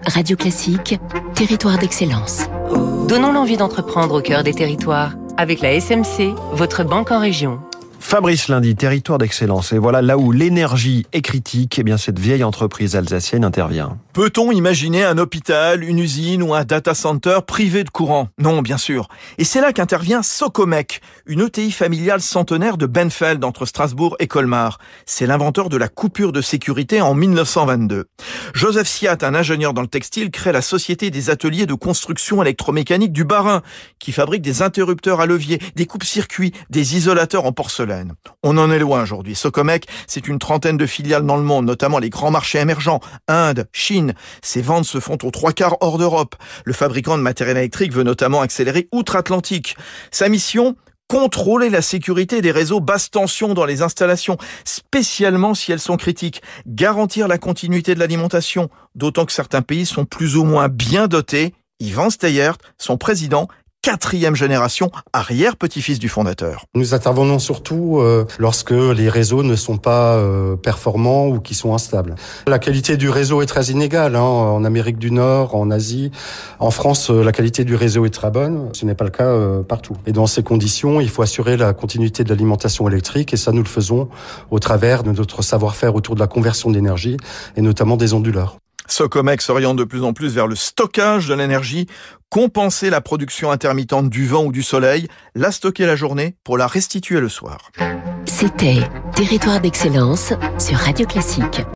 Radio Classique, territoire d'excellence. Donnons l'envie d'entreprendre au cœur des territoires avec la SMC, votre banque en région. Fabrice Lundy, territoire d'excellence. Et voilà, là où l'énergie est critique, eh bien cette vieille entreprise alsacienne intervient. Peut-on imaginer un hôpital, une usine ou un data center privé de courant ? Non, bien sûr. Et c'est là qu'intervient Socomec, une ETI familiale centenaire de Benfeld entre Strasbourg et Colmar. C'est l'inventeur de la coupure de sécurité en 1922. Joseph Siat, un ingénieur dans le textile, crée la société des ateliers de construction électromécanique du Bas-Rhin, qui fabrique des interrupteurs à levier, des coupes-circuits, des isolateurs en porcelaine. On en est loin aujourd'hui. Socomec, c'est une trentaine de filiales dans le monde, notamment les grands marchés émergents, Inde, Chine. Ses ventes se font aux 3/4 hors d'Europe. Le fabricant de matériel électrique veut notamment accélérer outre-Atlantique. Sa mission ? Contrôler la sécurité des réseaux basse tension dans les installations, spécialement si elles sont critiques. Garantir la continuité de l'alimentation, d'autant que certains pays sont plus ou moins bien dotés. Yvan Steyert, son président, 4e génération, arrière-petit-fils du fondateur. Nous intervenons surtout lorsque les réseaux ne sont pas performants ou qui sont instables. La qualité du réseau est très inégale, en Amérique du Nord, en Asie. En France, la qualité du réseau est très bonne. Ce n'est pas le cas partout. Et dans ces conditions, il faut assurer la continuité de l'alimentation électrique et ça, nous le faisons au travers de notre savoir-faire autour de la conversion d'énergie et notamment des onduleurs. Socomec s'oriente de plus en plus vers le stockage de l'énergie, compenser la production intermittente du vent ou du soleil, la stocker la journée pour la restituer le soir. C'était Territoire d'excellence sur Radio Classique.